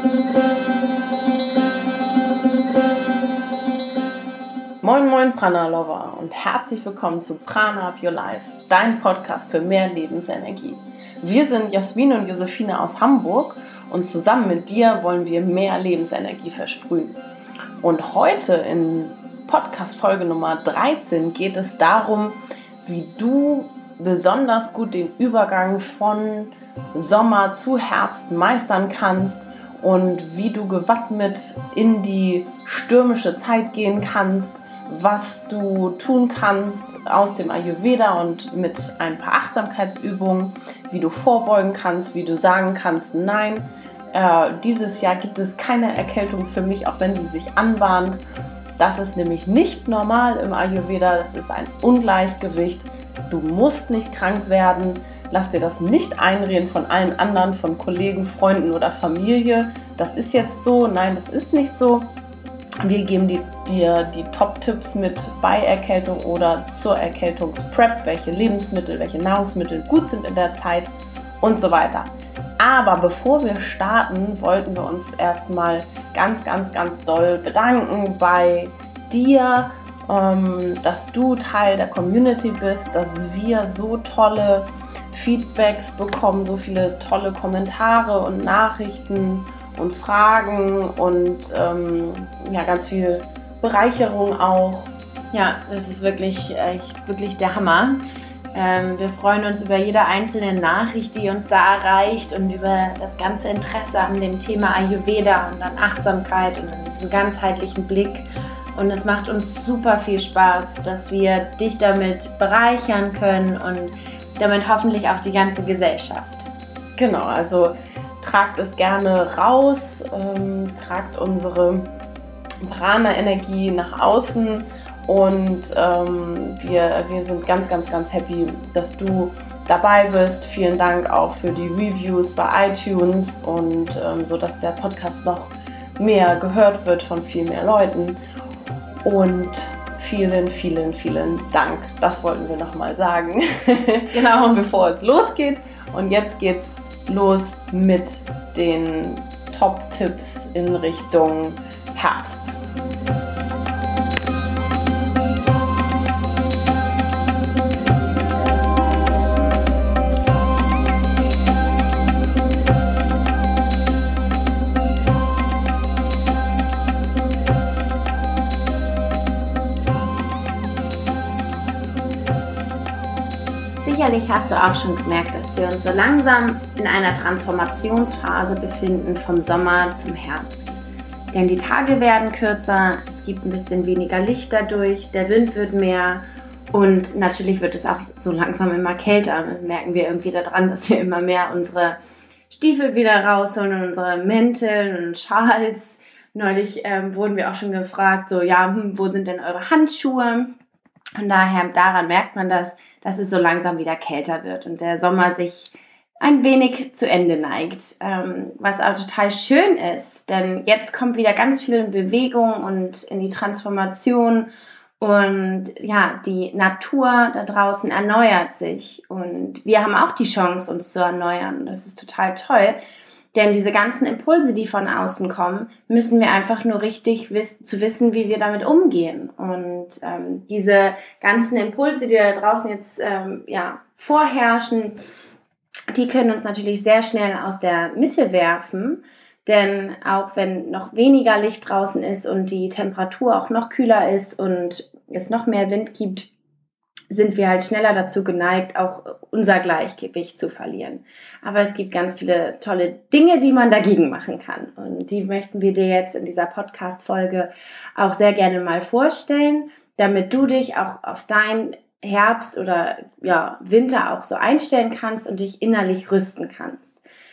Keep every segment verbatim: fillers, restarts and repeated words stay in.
Moin Moin Prana Lover und herzlich willkommen zu Prana Up Your Life, dein Podcast für mehr Lebensenergie. Wir sind Jasmin und Josephine aus Hamburg und zusammen mit dir wollen wir mehr Lebensenergie versprühen. Und heute in Podcast-Folge Nummer dreizehn geht es darum, wie du besonders gut den Übergang von Sommer zu Herbst meistern kannst und wie du gewappnet in die stürmische Zeit gehen kannst, was du tun kannst aus dem Ayurveda und mit ein paar Achtsamkeitsübungen, wie du vorbeugen kannst, wie du sagen kannst, nein, äh, dieses Jahr gibt es keine Erkältung für mich, auch wenn sie sich anbahnt. Das ist nämlich nicht normal im Ayurveda, das ist ein Ungleichgewicht. Du musst nicht krank werden, lass dir das nicht einreden von allen anderen, von Kollegen, Freunden oder Familie. Das ist jetzt so, nein, das ist nicht so. Wir geben dir die, die Top-Tipps mit bei Erkältung oder zur Erkältungsprep, welche Lebensmittel, welche Nahrungsmittel gut sind in der Zeit und so weiter. Aber bevor wir starten, wollten wir uns erstmal ganz, ganz, ganz doll bedanken bei dir, ähm, dass du Teil der Community bist, dass wir so tolle Feedbacks bekommen, so viele tolle Kommentare und Nachrichten und Fragen und ähm, ja, ganz viel Bereicherung auch. Ja, das ist wirklich, echt, wirklich der Hammer. Ähm, wir freuen uns über jede einzelne Nachricht, die uns da erreicht und über das ganze Interesse an dem Thema Ayurveda und an Achtsamkeit und an diesem ganzheitlichen Blick. Und es macht uns super viel Spaß, dass wir dich damit bereichern können und damit hoffentlich auch die ganze Gesellschaft. Genau, also tragt es gerne raus, ähm, tragt unsere Prana-Energie nach außen und ähm, wir, wir sind ganz, ganz, ganz happy, dass du dabei bist. Vielen Dank auch für die Reviews bei iTunes und ähm, so, dass der Podcast noch mehr gehört wird von viel mehr Leuten. Und vielen, vielen, vielen Dank. Das wollten wir nochmal sagen. Genau, bevor es losgeht. Und jetzt geht's los mit den Top-Tipps in Richtung Herbst. Sicherlich hast du auch schon gemerkt, dass wir uns so langsam in einer Transformationsphase befinden vom Sommer zum Herbst. Denn die Tage werden kürzer, es gibt ein bisschen weniger Licht dadurch, der Wind wird mehr und natürlich wird es auch so langsam immer kälter. Dann merken wir irgendwie daran, dass wir immer mehr unsere Stiefel wieder rausholen und unsere Mäntel und Schals. Neulich ähm, wurden wir auch schon gefragt, so ja, hm, wo sind denn eure Handschuhe? Von daher, daran merkt man das, dass es so langsam wieder kälter wird und der Sommer sich ein wenig zu Ende neigt, ähm, was auch total schön ist, denn jetzt kommt wieder ganz viel in Bewegung und in die Transformation und ja, die Natur da draußen erneuert sich und wir haben auch die Chance, uns zu erneuern. Das ist total toll. Denn diese ganzen Impulse, die von außen kommen, müssen wir einfach nur richtig wiss- zu wissen, wie wir damit umgehen. Und ähm, diese ganzen Impulse, die da draußen jetzt ähm, ja, vorherrschen, die können uns natürlich sehr schnell aus der Mitte werfen. Denn auch wenn noch weniger Licht draußen ist und die Temperatur auch noch kühler ist und es noch mehr Wind gibt, sind wir halt schneller dazu geneigt, auch unser Gleichgewicht zu verlieren. Aber es gibt ganz viele tolle Dinge, die man dagegen machen kann. Und die möchten wir dir jetzt in dieser Podcast-Folge auch sehr gerne mal vorstellen, damit du dich auch auf deinen Herbst oder ja, Winter auch so einstellen kannst und dich innerlich rüsten kannst.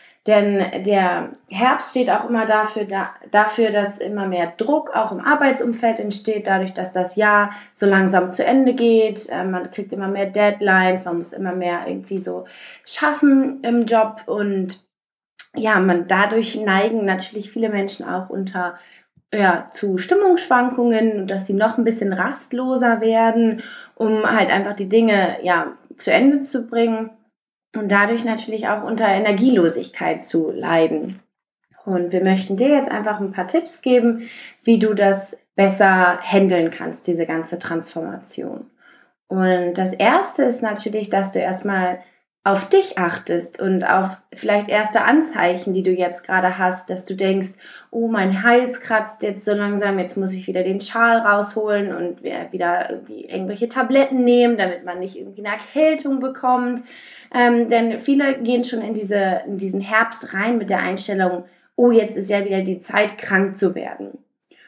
Denn der Herbst steht auch immer dafür, da, dafür, dass immer mehr Druck auch im Arbeitsumfeld entsteht, dadurch, dass das Jahr so langsam zu Ende geht. Äh, man kriegt immer mehr Deadlines, man muss immer mehr irgendwie so schaffen im Job. Und ja, man, dadurch neigen natürlich viele Menschen auch unter ja, zu Stimmungsschwankungen und dass sie noch ein bisschen rastloser werden, um halt einfach die Dinge ja, zu Ende zu bringen. Und dadurch natürlich auch unter Energielosigkeit zu leiden. Und wir möchten dir jetzt einfach ein paar Tipps geben, wie du das besser handeln kannst, diese ganze Transformation. Und das Erste ist natürlich, dass du erstmal auf dich achtest und auf vielleicht erste Anzeichen, die du jetzt gerade hast, dass du denkst, oh, mein Hals kratzt jetzt so langsam, jetzt muss ich wieder den Schal rausholen und wieder irgendwie irgendwelche Tabletten nehmen, damit man nicht irgendwie eine Erkältung bekommt. Ähm, denn viele gehen schon in, diese, in diesen Herbst rein mit der Einstellung, oh, jetzt ist ja wieder die Zeit, krank zu werden.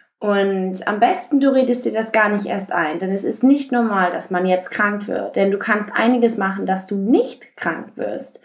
Und am besten, du redest dir das gar nicht erst ein, denn es ist nicht normal, dass man jetzt krank wird, denn du kannst einiges machen, dass du nicht krank wirst.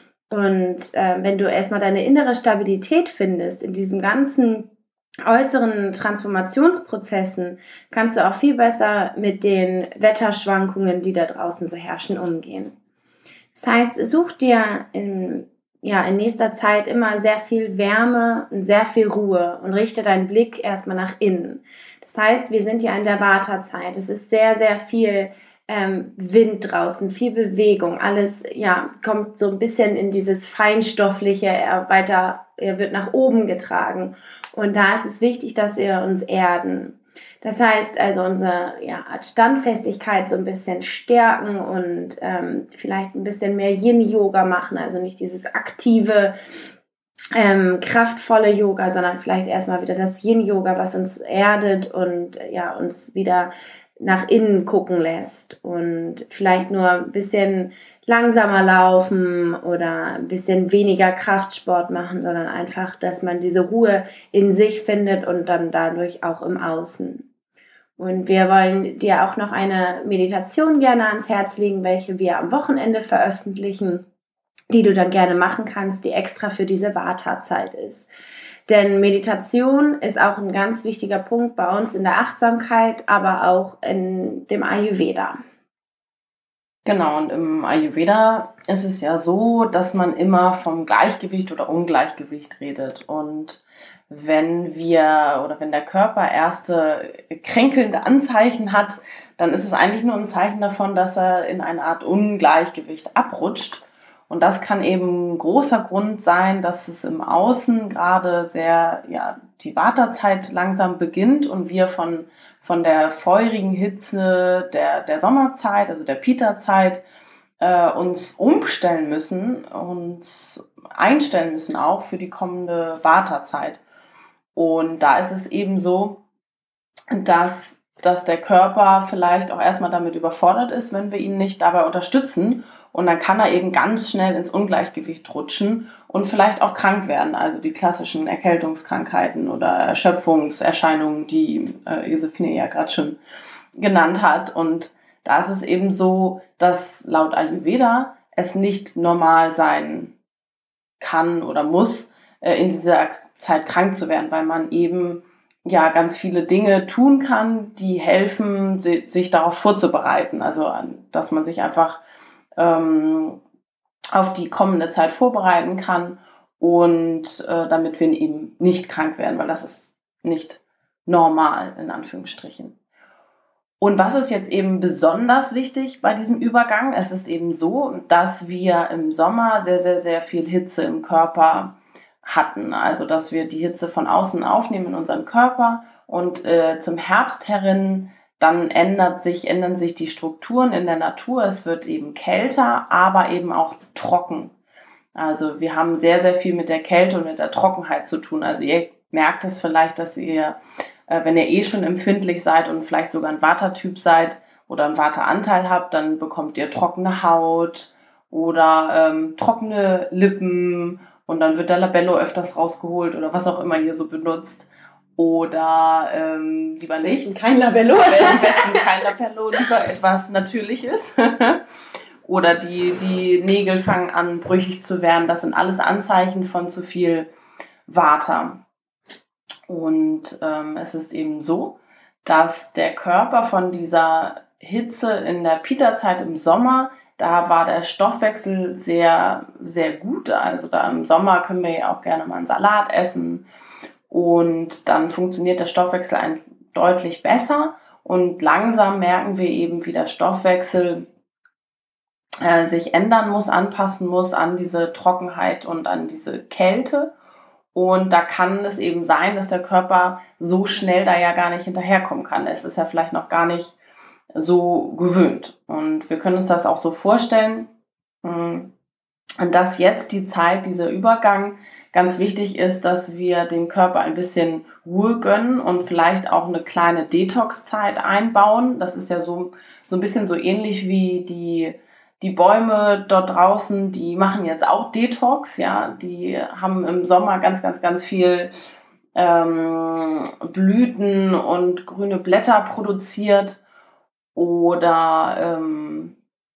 Und äh, wenn du erstmal deine innere Stabilität findest in diesem ganzen äußeren Transformationsprozessen, kannst du auch viel besser mit den Wetterschwankungen, die da draußen so herrschen, umgehen. Das heißt, such dir in ja, in nächster Zeit immer sehr viel Wärme und sehr viel Ruhe und richte deinen Blick erstmal nach innen. Das heißt, wir sind ja in der Vata-Zeit. Es ist sehr, sehr viel ähm, Wind draußen, viel Bewegung. Alles ja, kommt so ein bisschen in dieses Feinstoffliche, er, weiter, er wird nach oben getragen. Und da ist es wichtig, dass wir uns erden. Das heißt also unsere ja, Standfestigkeit so ein bisschen stärken und ähm, vielleicht ein bisschen mehr Yin-Yoga machen, also nicht dieses aktive, ähm, kraftvolle Yoga, sondern vielleicht erstmal wieder das Yin-Yoga, was uns erdet und ja, uns wieder nach innen gucken lässt und vielleicht nur ein bisschen langsamer laufen oder ein bisschen weniger Kraftsport machen, sondern einfach, dass man diese Ruhe in sich findet und dann dadurch auch im Außen. Und wir wollen dir auch noch eine Meditation gerne ans Herz legen, welche wir am Wochenende veröffentlichen, die du dann gerne machen kannst, die extra für diese Vata-Zeit ist. Denn Meditation ist auch ein ganz wichtiger Punkt bei uns in der Achtsamkeit, aber auch in dem Ayurveda. Genau, und im Ayurveda ist es ja so, dass man immer vom Gleichgewicht oder Ungleichgewicht redet. Und wenn wir oder wenn der Körper erste kränkelnde Anzeichen hat, dann ist es eigentlich nur ein Zeichen davon, dass er in eine Art Ungleichgewicht abrutscht. Und das kann eben ein großer Grund sein, dass es im Außen gerade sehr, ja, die Vata-Zeit langsam beginnt und wir von, von der feurigen Hitze der, der Sommerzeit, also der Pitta-Zeit, äh, uns umstellen müssen und einstellen müssen auch für die kommende Vata-Zeit. Und da ist es eben so, dass, dass der Körper vielleicht auch erstmal damit überfordert ist, wenn wir ihn nicht dabei unterstützen. Und dann kann er eben ganz schnell ins Ungleichgewicht rutschen und vielleicht auch krank werden. Also die klassischen Erkältungskrankheiten oder Erschöpfungserscheinungen, die äh, Josephine ja gerade schon genannt hat. Und da ist es eben so, dass laut Ayurveda es nicht normal sein kann oder muss, äh, in dieser Zeit krank zu werden, weil man eben ja ganz viele Dinge tun kann, die helfen, sich darauf vorzubereiten. Also dass man sich einfach ähm, auf die kommende Zeit vorbereiten kann und äh, damit wir eben nicht krank werden, weil das ist nicht normal, in Anführungsstrichen. Und was ist jetzt eben besonders wichtig bei diesem Übergang? Es ist eben so, dass wir im Sommer sehr, sehr, sehr viel Hitze im Körper hatten. Also, dass wir die Hitze von außen aufnehmen in unseren Körper und äh, zum Herbst herin, dann ändert sich, ändern sich die Strukturen in der Natur. Es wird eben kälter, aber eben auch trocken. Also wir haben sehr, sehr viel mit der Kälte und mit der Trockenheit zu tun. Also ihr merkt es vielleicht, dass ihr, äh, wenn ihr eh schon empfindlich seid und vielleicht sogar ein Vata-Typ seid oder einen Vata-Anteil habt, dann bekommt ihr trockene Haut oder ähm, trockene Lippen und dann wird der Labello öfters rausgeholt oder was auch immer ihr so benutzt. Oder ähm, lieber nicht. Kein Labello. Am besten kein Labello, lieber etwas Natürliches. Oder die, die Nägel fangen an, brüchig zu werden. Das sind alles Anzeichen von zu viel Vata. Und ähm, es ist eben so, dass der Körper von dieser Hitze in der Pitta-Zeit im Sommer, da war der Stoffwechsel sehr, sehr gut. Also da im Sommer können wir ja auch gerne mal einen Salat essen. Und dann funktioniert der Stoffwechsel ein, deutlich besser. Und langsam merken wir eben, wie der Stoffwechsel äh, sich ändern muss, anpassen muss an diese Trockenheit und an diese Kälte. Und da kann es eben sein, dass der Körper so schnell da ja gar nicht hinterherkommen kann. Es ist ja vielleicht noch gar nicht so gewöhnt. Und wir können uns das auch so vorstellen, dass jetzt die Zeit, dieser Übergang, ganz wichtig ist, dass wir dem Körper ein bisschen Ruhe gönnen und vielleicht auch eine kleine Detox-Zeit einbauen. Das ist ja so, so ein bisschen so ähnlich wie die, die Bäume dort draußen, die machen jetzt auch Detox, ja, die haben im Sommer ganz, ganz, ganz viel ähm, Blüten und grüne Blätter produziert oder ähm,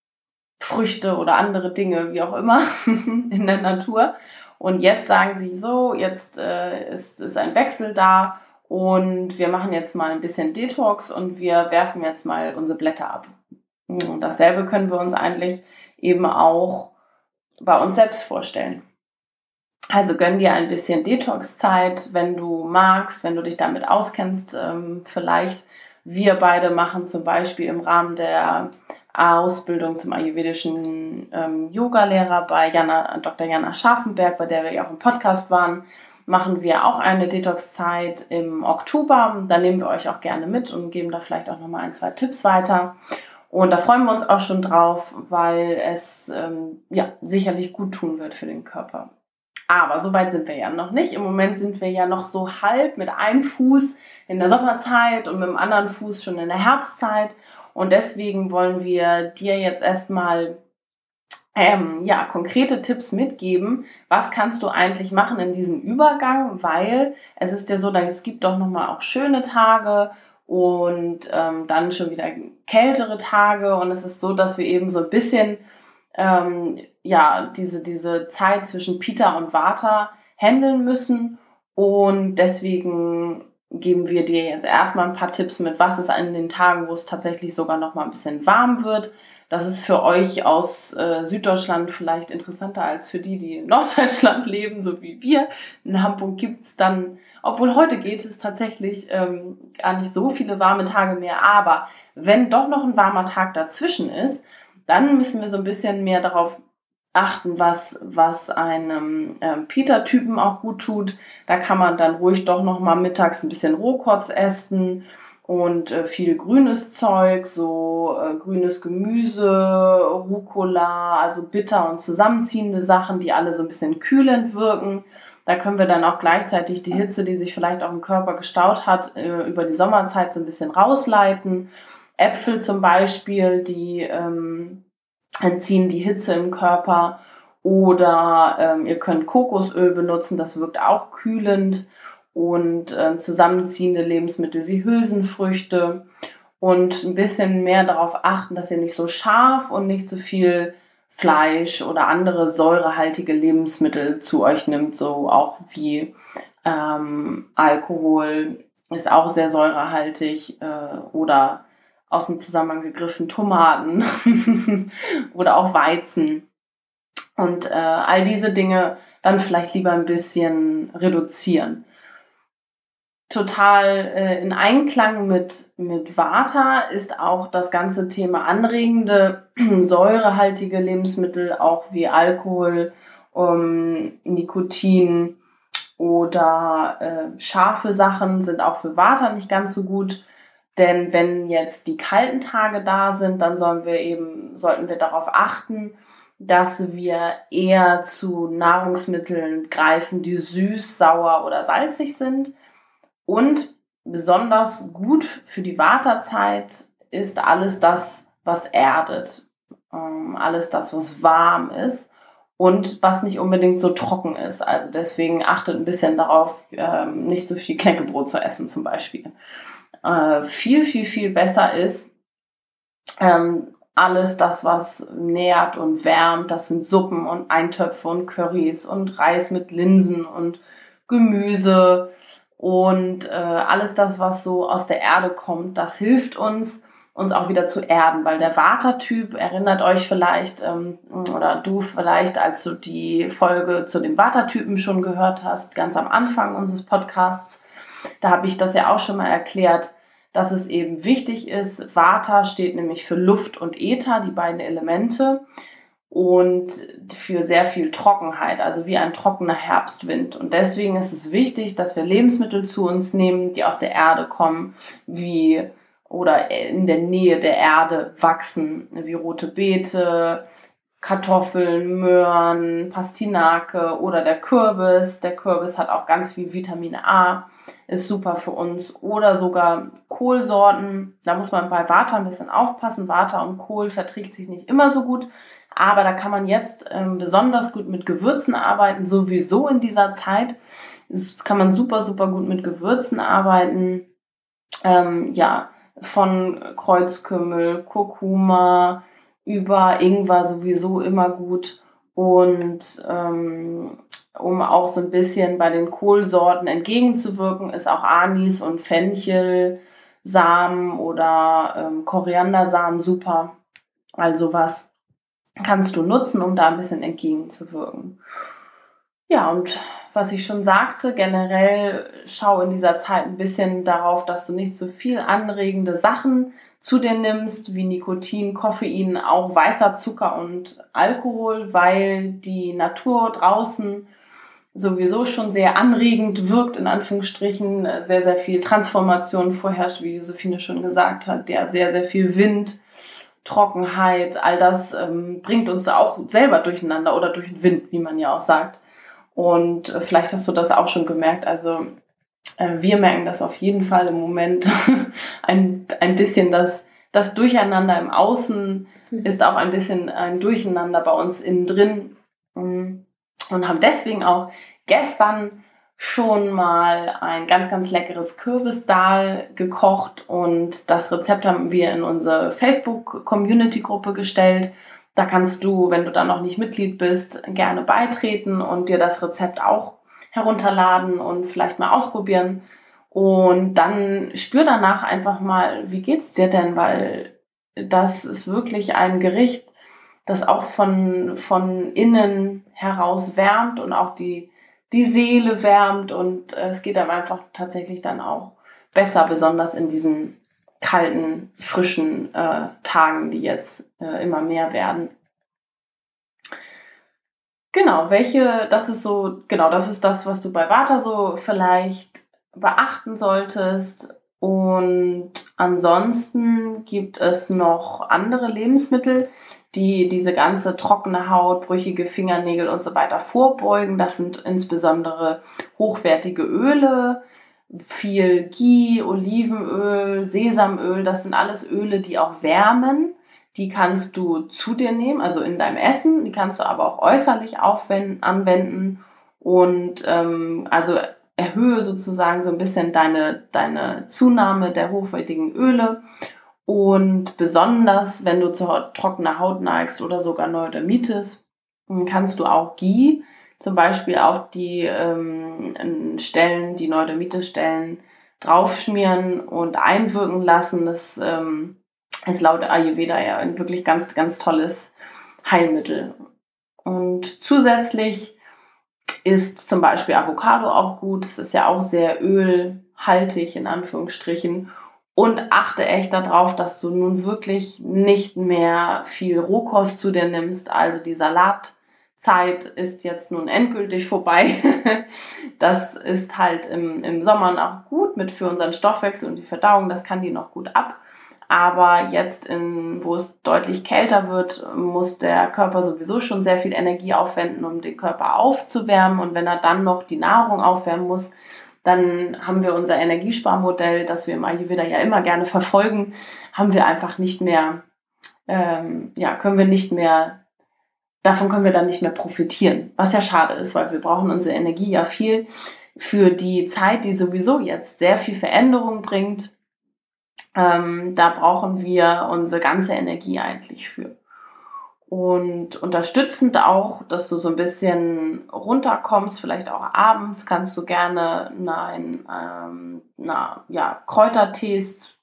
Früchte oder andere Dinge, wie auch immer, in der Natur. Und jetzt sagen sie so, jetzt äh, ist, ist ein Wechsel da und wir machen jetzt mal ein bisschen Detox und wir werfen jetzt mal unsere Blätter ab. Und dasselbe können wir uns eigentlich eben auch bei uns selbst vorstellen. Also gönn dir ein bisschen Detox-Zeit, wenn du magst, wenn du dich damit auskennst. Ähm, vielleicht wir beide machen zum Beispiel im Rahmen der Ausbildung zum ayurvedischen ähm, Yoga-Lehrer bei Jana, Doktor Jana Scharfenberg, bei der wir ja auch im Podcast waren, machen wir auch eine Detox-Zeit im Oktober. Da nehmen wir euch auch gerne mit und geben da vielleicht auch nochmal ein, zwei Tipps weiter. Und da freuen wir uns auch schon drauf, weil es ähm, ja sicherlich gut tun wird für den Körper. Aber so weit sind wir ja noch nicht. Im Moment sind wir ja noch so halb mit einem Fuß in der Sommerzeit und mit dem anderen Fuß schon in der Herbstzeit. Und deswegen wollen wir dir jetzt erstmal ähm, ja, konkrete Tipps mitgeben. Was kannst du eigentlich machen in diesem Übergang? Weil es ist ja so, es gibt doch nochmal auch schöne Tage und ähm, dann schon wieder kältere Tage. Und es ist so, dass wir eben so ein bisschen ähm, ja, diese, diese Zeit zwischen Pitta und Vata handeln müssen. Und deswegen geben wir dir jetzt erstmal ein paar Tipps mit, was ist an den Tagen, wo es tatsächlich sogar noch mal ein bisschen warm wird. Das ist für euch aus äh, Süddeutschland vielleicht interessanter als für die, die in Norddeutschland leben, so wie wir. In Hamburg gibt es dann, obwohl heute geht es tatsächlich ähm, gar nicht so viele warme Tage mehr, aber wenn doch noch ein warmer Tag dazwischen ist, dann müssen wir so ein bisschen mehr darauf achten, was, was einem ähm, Pitta-Typen auch gut tut. Da kann man dann ruhig doch noch mal mittags ein bisschen Rohkost essen und äh, viel grünes Zeug, so äh, grünes Gemüse, Rucola, also bitter und zusammenziehende Sachen, die alle so ein bisschen kühlend wirken. Da können wir dann auch gleichzeitig die Hitze, die sich vielleicht auch im Körper gestaut hat, äh, über die Sommerzeit so ein bisschen rausleiten. Äpfel zum Beispiel, die ähm, entziehen die Hitze im Körper, oder ähm, ihr könnt Kokosöl benutzen, das wirkt auch kühlend, und ähm, zusammenziehende Lebensmittel wie Hülsenfrüchte, und ein bisschen mehr darauf achten, dass ihr nicht so scharf und nicht so viel Fleisch oder andere säurehaltige Lebensmittel zu euch nimmt, so auch wie ähm, Alkohol ist auch sehr säurehaltig, äh, oder aus dem Zusammenhang gegriffen Tomaten oder auch Weizen. Und äh, all diese Dinge dann vielleicht lieber ein bisschen reduzieren. Total äh, in Einklang mit, mit Vata ist auch das ganze Thema anregende, säurehaltige Lebensmittel, auch wie Alkohol, um, Nikotin oder äh, scharfe Sachen sind auch für Vata nicht ganz so gut. Denn wenn jetzt die kalten Tage da sind, dann sollen wir eben, sollten wir darauf achten, dass wir eher zu Nahrungsmitteln greifen, die süß, sauer oder salzig sind. Und besonders gut für die Vata-Zeit ist alles das, was erdet, ähm, alles das, was warm ist und was nicht unbedingt so trocken ist. Also deswegen achtet ein bisschen darauf, ähm, nicht so viel Knäckebrot zu essen zum Beispiel. Äh, viel, viel, viel besser ist ähm, alles das, was nährt und wärmt. Das sind Suppen und Eintöpfe und Currys und Reis mit Linsen und Gemüse und äh, alles das, was so aus der Erde kommt. Das hilft uns, uns auch wieder zu erden, weil der Vata-Typ, erinnert euch vielleicht, ähm, oder du vielleicht, als du die Folge zu dem Vata-Typen schon gehört hast, ganz am Anfang unseres Podcasts, da habe ich das ja auch schon mal erklärt, dass es eben wichtig ist. Vata steht nämlich für Luft und Äther, die beiden Elemente. und für sehr viel Trockenheit, also wie ein trockener Herbstwind. Und deswegen ist es wichtig, dass wir Lebensmittel zu uns nehmen, die aus der Erde kommen, wie oder in der Nähe der Erde wachsen, wie rote Beete, Kartoffeln, Möhren, Pastinake oder der Kürbis. Der Kürbis hat auch ganz viel Vitamin A, ist super für uns. Oder sogar Kohlsorten. Da muss man bei Vata ein bisschen aufpassen. Vata und Kohl verträgt sich nicht immer so gut. Aber da kann man jetzt ähm, besonders gut mit Gewürzen arbeiten. Sowieso in dieser Zeit das kann man super, super gut mit Gewürzen arbeiten. Ähm, ja, von Kreuzkümmel, Kurkuma, über Ingwer sowieso immer gut. Und ähm, um auch so ein bisschen bei den Kohlsorten entgegenzuwirken, ist auch Anis und Fenchelsamen oder ähm, Koriandersamen super. Also was kannst du nutzen, um da ein bisschen entgegenzuwirken. Ja, und was ich schon sagte, generell schau in dieser Zeit ein bisschen darauf, dass du nicht so viel anregende Sachen zu dir nimmst, wie Nikotin, Koffein, auch weißer Zucker und Alkohol, weil die Natur draußen sowieso schon sehr anregend wirkt, in Anführungsstrichen, sehr, sehr viel Transformation vorherrscht, wie Josephine schon gesagt hat, ja, sehr, sehr viel Wind, Trockenheit, all das ähm, bringt uns auch selber durcheinander oder durch den Wind, wie man ja auch sagt. Und äh, vielleicht hast du das auch schon gemerkt, also wir merken das auf jeden Fall im Moment ein, ein bisschen, dass das Durcheinander im Außen ist auch ein bisschen ein Durcheinander bei uns innen drin und haben deswegen auch gestern schon mal ein ganz, ganz leckeres Kürbisdal gekocht und das Rezept haben wir in unsere Facebook-Community-Gruppe gestellt. Da kannst du, wenn du da noch nicht Mitglied bist, gerne beitreten und dir das Rezept auch herunterladen und vielleicht mal ausprobieren und dann spür danach einfach mal, wie geht's dir denn, weil das ist wirklich ein Gericht, das auch von, von innen heraus wärmt und auch die, die Seele wärmt und es geht einem einfach tatsächlich dann auch besser, besonders in diesen kalten, frischen äh, Tagen, die jetzt äh, immer mehr werden. Genau, welche, das ist so, genau, das ist das, was du bei Vata so vielleicht beachten solltest. Und ansonsten gibt es noch andere Lebensmittel, die diese ganze trockene Haut, brüchige Fingernägel und so weiter vorbeugen. Das sind insbesondere hochwertige Öle, viel Ghee, Olivenöl, Sesamöl. Das sind alles Öle, die auch wärmen. Die kannst du zu dir nehmen, also in deinem Essen. Die kannst du aber auch äußerlich aufwenden, anwenden. Und ähm, also erhöhe sozusagen so ein bisschen deine, deine Zunahme der hochwertigen Öle. Und besonders, wenn du zu trockener Haut neigst oder sogar Neurodermitis, kannst du auch Ghee zum Beispiel auf die ähm, Stellen, die Neurodermitis-Stellen draufschmieren und einwirken lassen. Das ähm, ist laut Ayurveda ja ein wirklich ganz, ganz tolles Heilmittel. Und zusätzlich ist zum Beispiel Avocado auch gut. Es ist ja auch sehr ölhaltig in Anführungsstrichen. Und achte echt darauf, dass du nun wirklich nicht mehr viel Rohkost zu dir nimmst. Also die Salatzeit ist jetzt nun endgültig vorbei. Das ist halt im, im Sommer auch gut mit für unseren Stoffwechsel und die Verdauung. Das kann die noch gut ab. Aber jetzt, in, wo es deutlich kälter wird, muss der Körper sowieso schon sehr viel Energie aufwenden, um den Körper aufzuwärmen. Und wenn er dann noch die Nahrung aufwärmen muss, dann haben wir unser Energiesparmodell, das wir im Ayurveda ja immer gerne verfolgen, haben wir einfach nicht mehr, ähm, ja, können wir nicht mehr, davon können wir dann nicht mehr profitieren. Was ja schade ist, weil wir brauchen unsere Energie ja viel für die Zeit, die sowieso jetzt sehr viel Veränderung bringt. Ähm, da brauchen wir unsere ganze Energie eigentlich für. Und unterstützend auch, dass du so ein bisschen runterkommst, vielleicht auch abends, kannst du gerne nein, ähm, na, ja, Kräutertees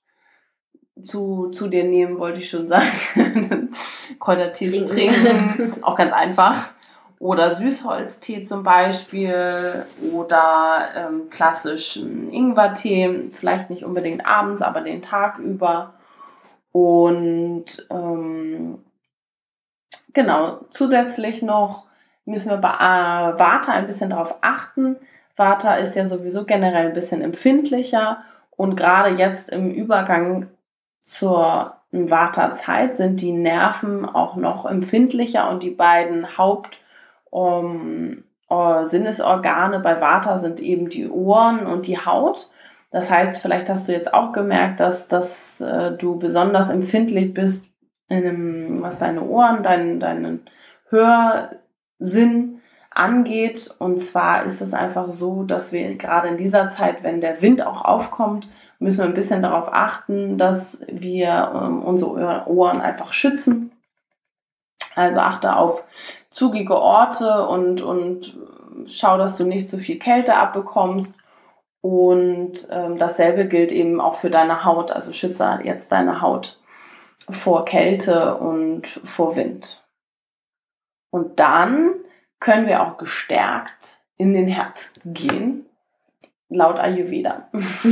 zu, zu dir nehmen, wollte ich schon sagen. Kräutertees trinken. trinken, auch ganz einfach. Oder Süßholztee zum Beispiel oder ähm, klassischen Ingwertee, vielleicht nicht unbedingt abends, aber den Tag über. Und ähm, genau, zusätzlich noch müssen wir bei äh, Vata ein bisschen darauf achten. Vata ist ja sowieso generell ein bisschen empfindlicher und gerade jetzt im Übergang zur Vata-Zeit sind die Nerven auch noch empfindlicher und die beiden Haupt- um, uh, Sinnesorgane bei Vata sind eben die Ohren und die Haut. Das heißt, vielleicht hast du jetzt auch gemerkt, dass, dass äh, du besonders empfindlich bist, in einem, was deine Ohren, deinen, deinen Hörsinn angeht. Und zwar ist es einfach so, dass wir gerade in dieser Zeit, wenn der Wind auch aufkommt, müssen wir ein bisschen darauf achten, dass wir ähm, unsere Ohren einfach schützen. Also achte auf zugige Orte und, und schau, dass du nicht zu viel Kälte abbekommst. Und ähm, dasselbe gilt eben auch für deine Haut. Also schütze jetzt deine Haut vor Kälte und vor Wind. Und dann können wir auch gestärkt in den Herbst gehen, laut Ayurveda.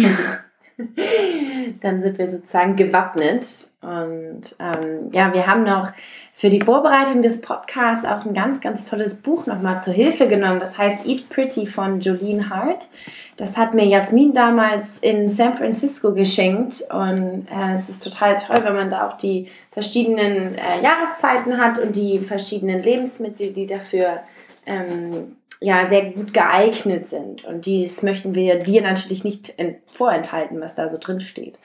Dann sind wir sozusagen gewappnet. Und ähm, ja, wir haben noch für die Vorbereitung des Podcasts auch ein ganz, ganz tolles Buch nochmal zur Hilfe genommen. Das heißt Eat Pretty von Jolene Hart. Das hat mir Jasmin damals in San Francisco geschenkt. Und äh, es ist total toll, wenn man da auch die verschiedenen äh, Jahreszeiten hat und die verschiedenen Lebensmittel, die dafür ähm, ja, sehr gut geeignet sind. Und dies möchten wir dir natürlich nicht vorenthalten, was da so drin steht.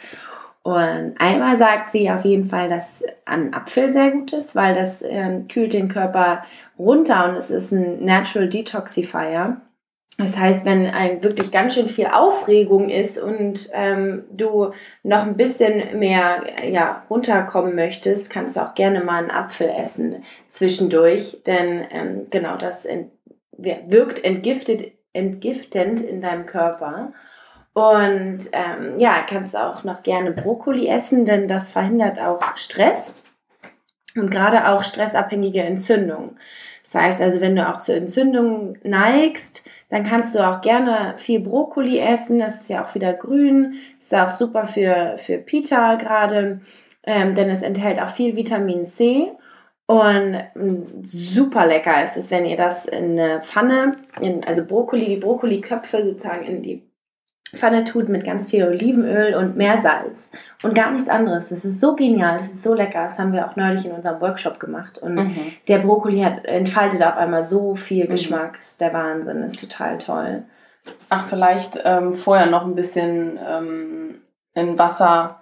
Und einmal sagt sie auf jeden Fall, dass ein Apfel sehr gut ist, weil das ähm, kühlt den Körper runter und es ist ein Natural Detoxifier. Das heißt, wenn ein wirklich ganz schön viel Aufregung ist und ähm, du noch ein bisschen mehr ja, runterkommen möchtest, kannst du auch gerne mal einen Apfel essen zwischendurch, denn ähm, genau das ent- wirkt entgiftet, entgiftend in deinem Körper. Und ähm, ja, kannst auch noch gerne Brokkoli essen, denn das verhindert auch Stress und gerade auch stressabhängige Entzündungen. Das heißt also, wenn du auch zur Entzündung neigst, dann kannst du auch gerne viel Brokkoli essen. Das ist ja auch wieder grün, ist auch super für, für Pitta gerade, ähm, denn es enthält auch viel Vitamin C. Und super lecker ist es, wenn ihr das in eine Pfanne, in, also Brokkoli, die Brokkoliköpfe sozusagen in die Pfanne tut mit ganz viel Olivenöl und Meersalz und gar nichts anderes. Das ist so genial, das ist so lecker. Das haben wir auch neulich in unserem Workshop gemacht. Und mhm. der Brokkoli hat, entfaltet auf einmal so viel Geschmack. Das ist der Wahnsinn, das ist total toll. Ach, vielleicht ähm, vorher noch ein bisschen ähm, in Wasser,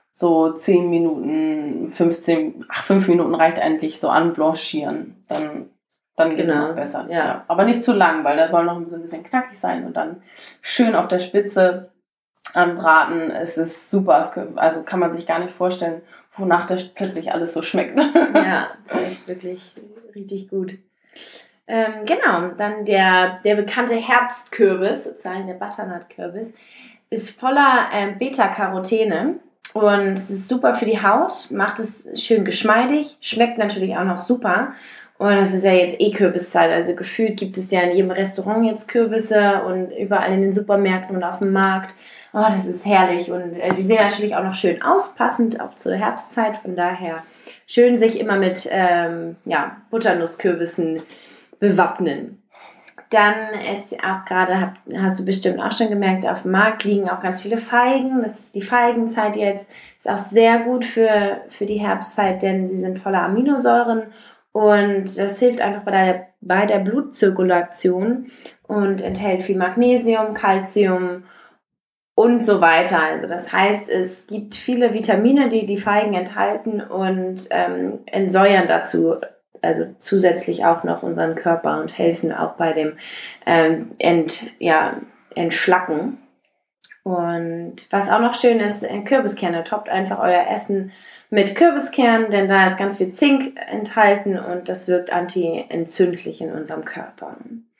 so zehn Minuten, fünfzehn, ach, fünf Minuten reicht eigentlich, so anblanchieren. Dann Dann geht es genau. noch besser. Ja. Ja. Aber nicht zu lang, weil der soll noch so ein bisschen knackig sein und dann schön auf der Spitze anbraten. Es ist super. Es kann, also kann man sich gar nicht vorstellen, wonach das plötzlich alles so schmeckt. Ja, das ist echt wirklich richtig gut. Ähm, genau, dann der, der bekannte Herbstkürbis, sozusagen der Butternut-Kürbis, ist voller ähm, Beta-Carotene. Und es ist super für die Haut, macht es schön geschmeidig, schmeckt natürlich auch noch super. Und es ist ja jetzt eh Kürbiszeit, also gefühlt gibt es ja in jedem Restaurant jetzt Kürbisse und überall in den Supermärkten und auf dem Markt. Oh, das ist herrlich und äh, die sehen natürlich auch noch schön aus, passend auch zur Herbstzeit. Von daher schön sich immer mit ähm, ja, Butternusskürbissen bewappnen. Dann ist auch gerade, hast du bestimmt auch schon gemerkt, auf dem Markt liegen auch ganz viele Feigen. Das ist die Feigenzeit jetzt. Ist auch sehr gut für, für die Herbstzeit, denn sie sind voller Aminosäuren. Und das hilft einfach bei der, bei der Blutzirkulation und enthält viel Magnesium, Calcium und so weiter. Also das heißt, es gibt viele Vitamine, die die Feigen enthalten und ähm, entsäuern dazu, also zusätzlich auch noch unseren Körper und helfen auch bei dem ähm, Ent, ja, Entschlacken. Und was auch noch schön ist, Kürbiskerne. Toppt einfach euer Essen mit Kürbiskern, denn da ist ganz viel Zink enthalten und das wirkt anti-entzündlich in unserem Körper.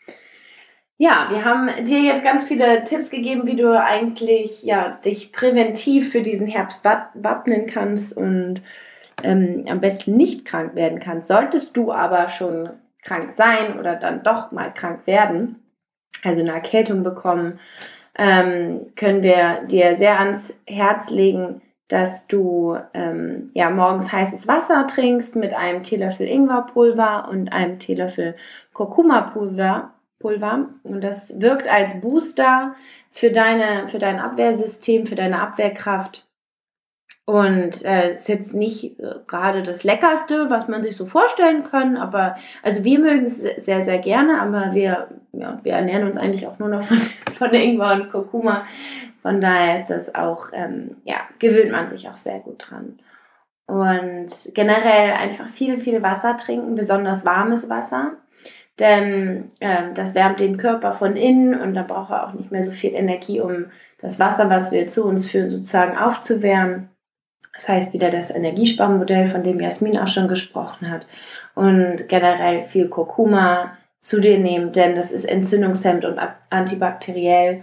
Ja, wir haben dir jetzt ganz viele Tipps gegeben, wie du eigentlich ja, dich präventiv für diesen Herbst wappnen kannst und ähm, am besten nicht krank werden kannst. Solltest du aber schon krank sein oder dann doch mal krank werden, also eine Erkältung bekommen, ähm, können wir dir sehr ans Herz legen, dass du ähm, ja, morgens heißes Wasser trinkst mit einem Teelöffel Ingwerpulver und einem Teelöffel Kurkuma-Pulver. Pulver. Und das wirkt als Booster für, deine, für dein Abwehrsystem, für deine Abwehrkraft. Und äh, ist jetzt nicht äh, gerade das Leckerste, was man sich so vorstellen kann, aber also wir mögen es sehr, sehr gerne, aber wir, ja, wir ernähren uns eigentlich auch nur noch von, von Ingwer und Kurkuma. Von daher ist das auch, ähm, ja, gewöhnt man sich auch sehr gut dran. Und generell einfach viel, viel Wasser trinken, besonders warmes Wasser, denn äh, das wärmt den Körper von innen und da braucht er auch nicht mehr so viel Energie, um das Wasser, was wir zu uns führen, sozusagen aufzuwärmen. Das heißt wieder das Energiesparmodell, von dem Jasmin auch schon gesprochen hat. Und generell viel Kurkuma zu dir nehmen, denn das ist entzündungshemmend und antibakteriell.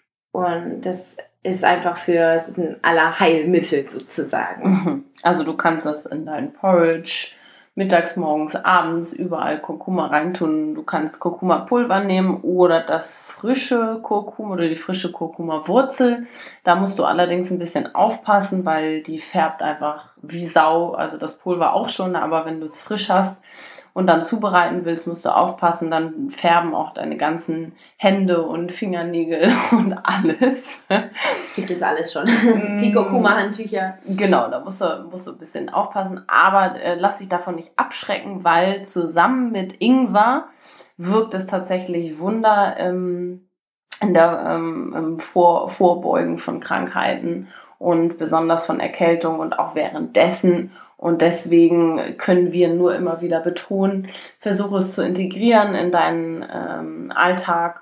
Und das ist einfach für, es ist ein Allerheilmittel sozusagen. Also du kannst das in dein Porridge, mittags, morgens, abends, überall Kurkuma reintun. Du kannst Kurkuma-Pulver nehmen oder das frische Kurkuma oder die frische Kurkuma-Wurzel. Da musst du allerdings ein bisschen aufpassen, weil die färbt einfach wie Sau. Also das Pulver auch schon, aber wenn du es frisch hast und dann zubereiten willst, musst du aufpassen. Dann färben auch deine ganzen Hände und Fingernägel und alles. Gibt es alles schon. Die Kurkuma-Handtücher. Genau, da musst du, musst du ein bisschen aufpassen. Aber äh, lass dich davon nicht abschrecken, weil zusammen mit Ingwer wirkt es tatsächlich Wunder ähm, in der ähm, im Vor- Vorbeugen von Krankheiten und besonders von Erkältung und auch währenddessen. Und deswegen können wir nur immer wieder betonen, versuche es zu integrieren in deinen ähm, Alltag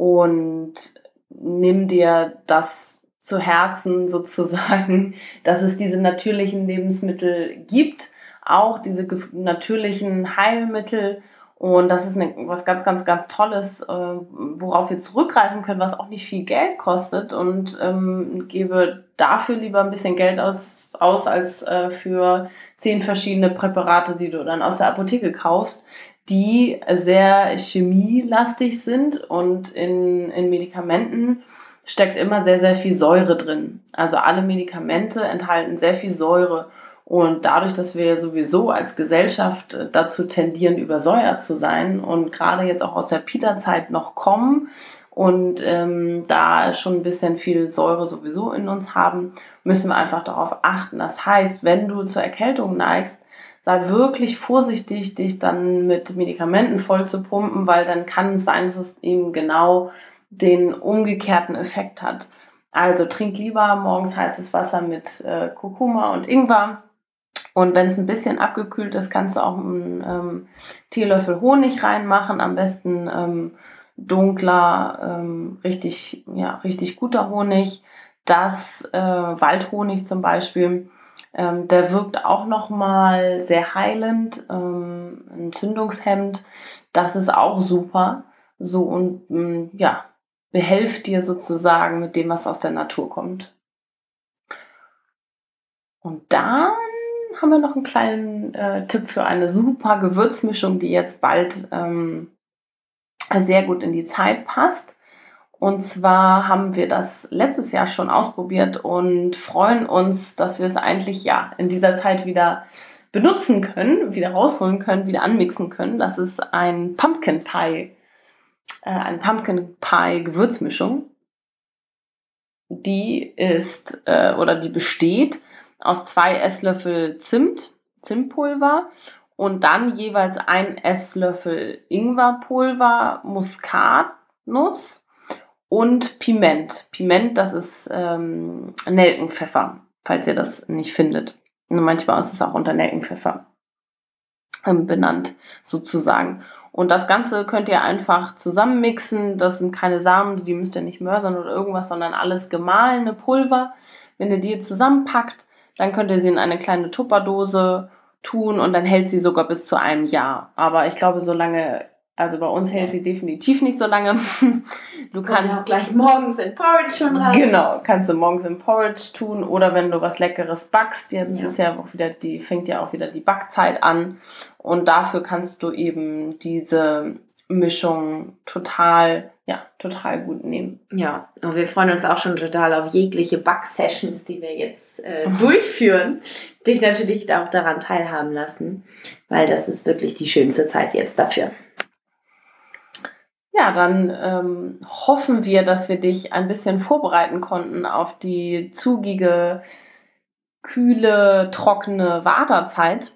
und nimm dir das zu Herzen sozusagen, dass es diese natürlichen Lebensmittel gibt, auch diese ge- natürlichen Heilmittel. Und das ist eine, was ganz, ganz, ganz Tolles, äh, worauf wir zurückgreifen können, was auch nicht viel Geld kostet. Und ähm, gebe dafür lieber ein bisschen Geld aus, aus als äh, für zehn verschiedene Präparate, die du dann aus der Apotheke kaufst, die sehr chemielastig sind. Und in, in Medikamenten steckt immer sehr, sehr viel Säure drin. Also alle Medikamente enthalten sehr viel Säure. Und dadurch, dass wir sowieso als Gesellschaft dazu tendieren, übersäuert zu sein und gerade jetzt auch aus der Pita-Zeit noch kommen und ähm, da schon ein bisschen viel Säure sowieso in uns haben, müssen wir einfach darauf achten. Das heißt, wenn du zur Erkältung neigst, sei wirklich vorsichtig, dich dann mit Medikamenten voll zu pumpen, weil dann kann es sein, dass es eben genau den umgekehrten Effekt hat. Also trink lieber morgens heißes Wasser mit äh, Kurkuma und Ingwer. Und wenn es ein bisschen abgekühlt ist, kannst du auch einen ähm, Teelöffel Honig reinmachen. Am besten ähm, dunkler, ähm, richtig, ja, richtig guter Honig. Das äh, Waldhonig zum Beispiel, ähm, der wirkt auch nochmal sehr heilend, ähm, entzündungshemmend. Das ist auch super. So und ähm, ja, behelft dir sozusagen mit dem, was aus der Natur kommt. Und dann haben wir noch einen kleinen äh, Tipp für eine super Gewürzmischung, die jetzt bald ähm, sehr gut in die Zeit passt. Und zwar haben wir das letztes Jahr schon ausprobiert und freuen uns, dass wir es eigentlich ja in dieser Zeit wieder benutzen können, wieder rausholen können, wieder anmixen können. Das ist ein Pumpkin Pie, äh, ein Pumpkin Pie Gewürzmischung. Die ist äh, oder die besteht aus zwei Esslöffel Zimt, Zimtpulver und dann jeweils ein Esslöffel Ingwerpulver, Muskatnuss und Piment. Piment, das ist ähm, Nelkenpfeffer, falls ihr das nicht findet. Und manchmal ist es auch unter Nelkenpfeffer ähm, benannt, sozusagen. Und das Ganze könnt ihr einfach zusammenmixen. Das sind keine Samen, die müsst ihr nicht mörsern oder irgendwas, sondern alles gemahlene Pulver. Wenn ihr die zusammenpackt, dann könnt ihr sie in eine kleine Tupperdose tun und dann hält sie sogar bis zu einem Jahr. Aber ich glaube, so lange, also bei uns hält sie definitiv nicht so lange. Du kannst auch gleich morgens in Porridge schon rein. Genau, kannst du morgens in Porridge tun oder wenn du was Leckeres backst. Jetzt Ja. ist ja auch wieder die, fängt ja auch wieder die Backzeit an und dafür kannst du eben diese Mischung total ja, total gut nehmen. Ja, und wir freuen uns auch schon total auf jegliche Back-Sessions, die wir jetzt äh, durchführen. Dich natürlich auch daran teilhaben lassen, weil das ist wirklich die schönste Zeit jetzt dafür. Ja, dann ähm, hoffen wir, dass wir dich ein bisschen vorbereiten konnten auf die zugige, kühle, trockene Vata-Zeit.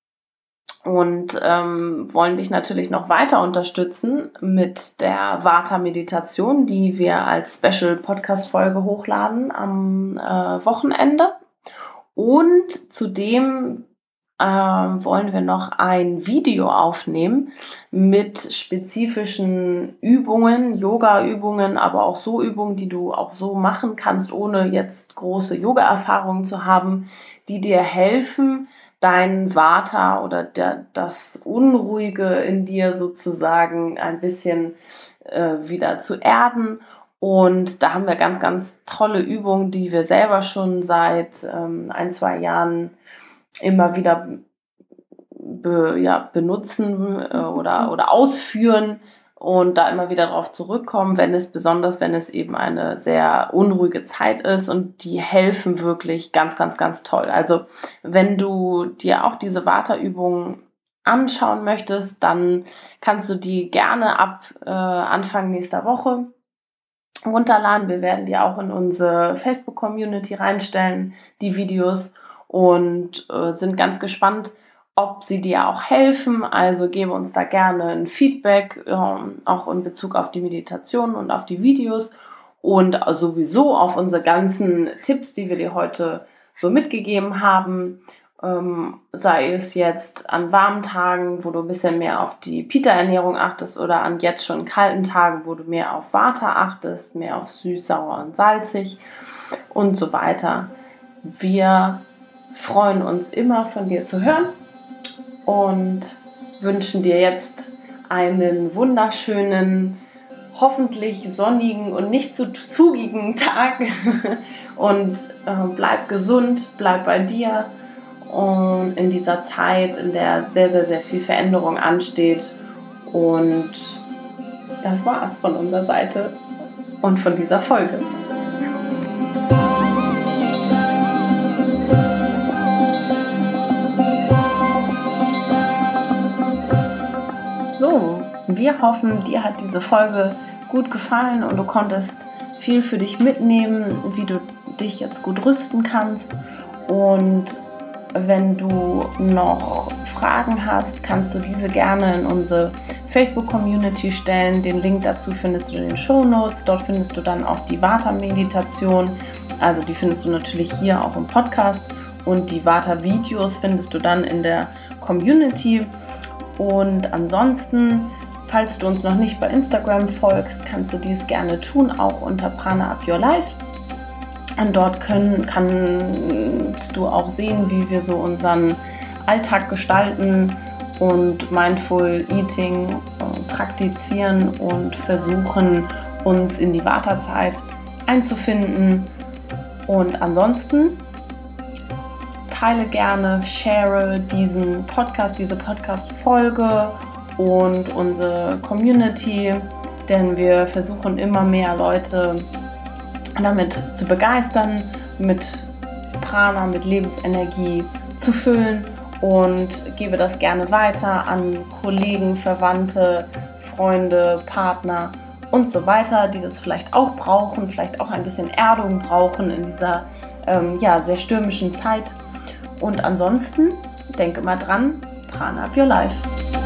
Und ähm, wollen dich natürlich noch weiter unterstützen mit der Vata-Meditation, die wir als Special-Podcast-Folge hochladen am äh, Wochenende. Und zudem äh, wollen wir noch ein Video aufnehmen mit spezifischen Übungen, Yoga-Übungen, aber auch so Übungen, die du auch so machen kannst, ohne jetzt große Yoga-Erfahrungen zu haben, die dir helfen, dein Vata oder der, das Unruhige in dir sozusagen ein bisschen äh, wieder zu erden. Und da haben wir ganz, ganz tolle Übungen, die wir selber schon seit ähm, ein, zwei Jahren immer wieder be, ja, benutzen äh, oder, oder ausführen und da immer wieder drauf zurückkommen, wenn es besonders, wenn es eben eine sehr unruhige Zeit ist, und die helfen wirklich ganz, ganz, ganz toll. Also wenn du dir auch diese Vata-Übungen anschauen möchtest, dann kannst du die gerne ab äh, Anfang nächster Woche runterladen. Wir werden die auch in unsere Facebook-Community reinstellen, die Videos, und äh, sind ganz gespannt, ob sie dir auch helfen. Also gebe uns da gerne ein Feedback, ähm, auch in Bezug auf die Meditation und auf die Videos und sowieso auf unsere ganzen Tipps, die wir dir heute so mitgegeben haben. Ähm, sei es jetzt an warmen Tagen, wo du ein bisschen mehr auf die Pitta-Ernährung achtest, oder an jetzt schon kalten Tagen, wo du mehr auf Vata achtest, mehr auf süß, sauer und salzig und so weiter. Wir freuen uns immer, von dir zu hören, und wünschen dir jetzt einen wunderschönen, hoffentlich sonnigen und nicht zu zugigen Tag. Und äh, bleib gesund, bleib bei dir, und in dieser Zeit, in der sehr, sehr, sehr viel Veränderung ansteht. Und das war's von unserer Seite und von dieser Folge. So, wir hoffen, dir hat diese Folge gut gefallen und du konntest viel für dich mitnehmen, wie du dich jetzt gut rüsten kannst. Und wenn du noch Fragen hast, kannst du diese gerne in unsere Facebook-Community stellen. Den Link dazu findest du in den Shownotes. Dort findest du dann auch die Vata-Meditation. Also die findest du natürlich hier auch im Podcast. Und die Vata-Videos findest du dann in der Community. Und ansonsten, falls du uns noch nicht bei Instagram folgst, kannst du dies gerne tun, auch unter Prana Up Your Life. Und dort können, kannst du auch sehen, wie wir so unseren Alltag gestalten und Mindful Eating äh, praktizieren und versuchen, uns in die Vata-Zeit einzufinden. Und ansonsten teile gerne, share diesen Podcast, diese Podcast-Folge und unsere Community, denn wir versuchen immer mehr Leute damit zu begeistern, mit Prana, mit Lebensenergie zu füllen, und gebe das gerne weiter an Kollegen, Verwandte, Freunde, Partner und so weiter, die das vielleicht auch brauchen, vielleicht auch ein bisschen Erdung brauchen in dieser ähm, ja, sehr stürmischen Zeit. Und ansonsten, denke mal dran, Prana Up Your Life.